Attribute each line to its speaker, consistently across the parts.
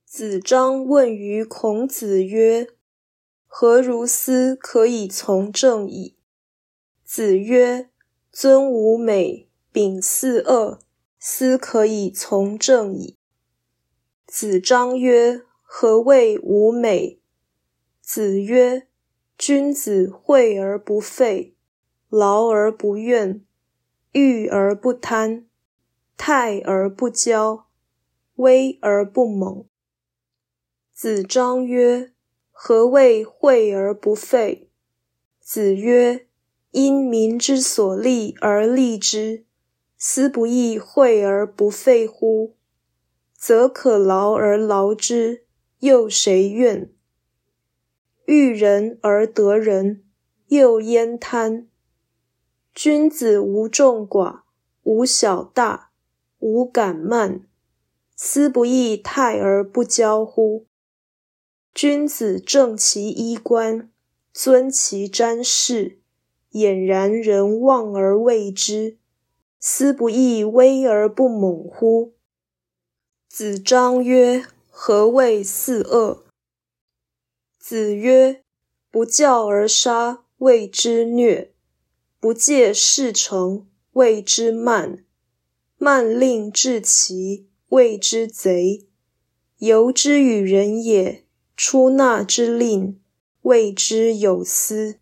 Speaker 1: 子张问于孔子曰：何如斯可以从政矣？子曰：尊吾美，秉四恶，斯可以从政矣。子张曰：何谓吾美？子曰：君子惠而不费，劳而不怨，欲而不贪，泰而不骄，威而不猛。子张曰：何谓惠而不费？子曰：因民之所利而利之，斯不亦惠而不费乎？则可劳而劳之，又谁怨？欲人而得人，又焉贪？君子无众寡，无小大，无敢慢，斯不亦泰而不骄乎？君子正其衣冠，尊其瞻视，俨然人望而畏之，斯不亦威而不猛乎？子张曰：何谓四恶？子曰：不教而杀，谓之虐；不戒事成，谓之慢；慢令至齐，谓之贼；由之与人也，出纳之令，谓之有司。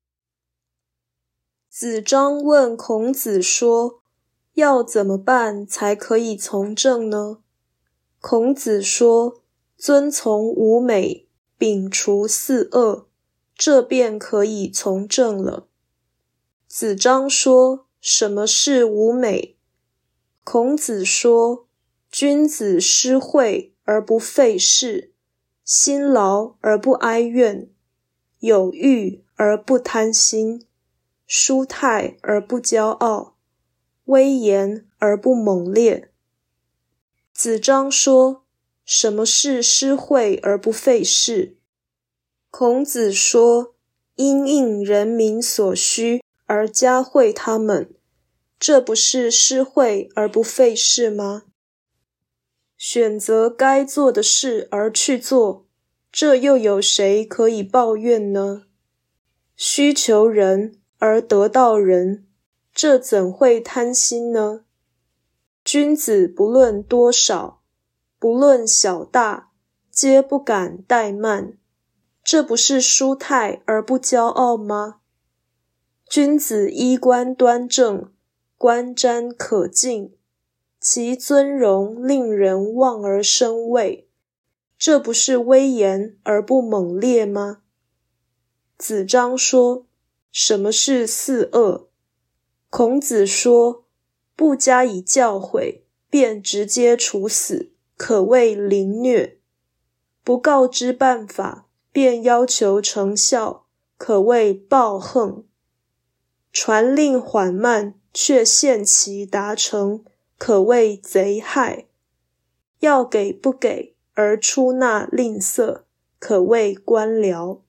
Speaker 1: 子张问孔子说：要怎么办才可以从政呢？孔子说：遵从吾美，摒除四恶，这便可以从政了。子张说：什么是吾美？孔子说：君子施惠而不费事，辛劳而不哀怨，有欲而不贪心，舒泰而不骄傲，威严而不猛烈。子张说：什么是施惠而不费事？孔子说：因应人民所需而加惠他们，这不是施惠而不费事吗？选择该做的事而去做，这又有谁可以抱怨呢？需求人而得到人，这怎会贪心呢？君子不论多少，不论小大，皆不敢怠慢，这不是舒泰而不骄傲吗？君子衣冠端正，观瞻可敬，其尊容令人望而生畏，这不是威严而不猛烈吗？子张说：什么是四恶？孔子说：不加以教诲，便直接处死，可谓凌虐；不告知办法，便要求成效，可谓暴横；传令缓慢，却限期达成，可谓贼害；要给不给，而出纳吝啬，可谓官僚。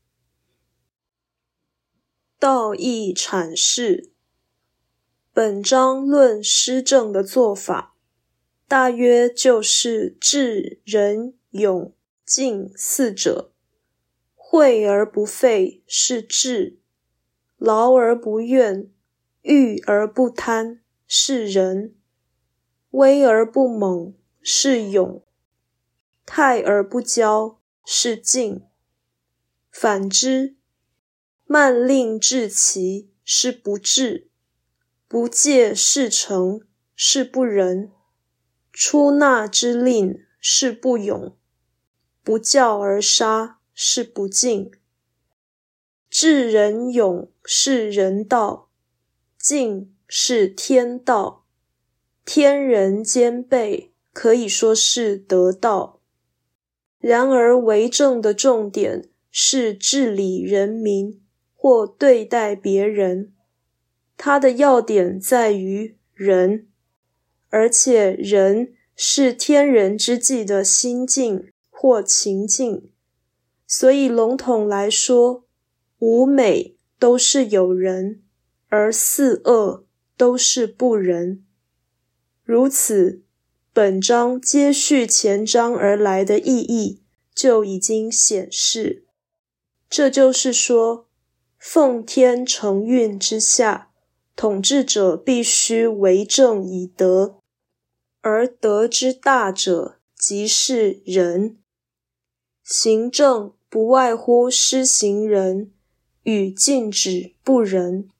Speaker 1: 道义阐释。本章论施政的做法，大约就是智、仁、勇、敬四者。惠而不费是智，劳而不怨，欲而不贪是仁，威而不猛是勇，泰而不骄是敬。反之，慢令至齐是不智，不戒事成是不仁，出纳之令是不勇，不教而杀是不敬。智仁勇是人道，敬是天道，天人兼备，可以说是得道。然而为政的重点是治理人民或对待别人，它的要点在于仁，而且仁是天人之际的心境或情境，所以笼统来说，五美都是有仁，而四恶都是不仁。如此， 本章接续前章而来的意义就已经显示。这就是说，奉天承运之下，统治者必须为政以德，而德之大者即是仁。行政不外乎施行仁与禁止不仁。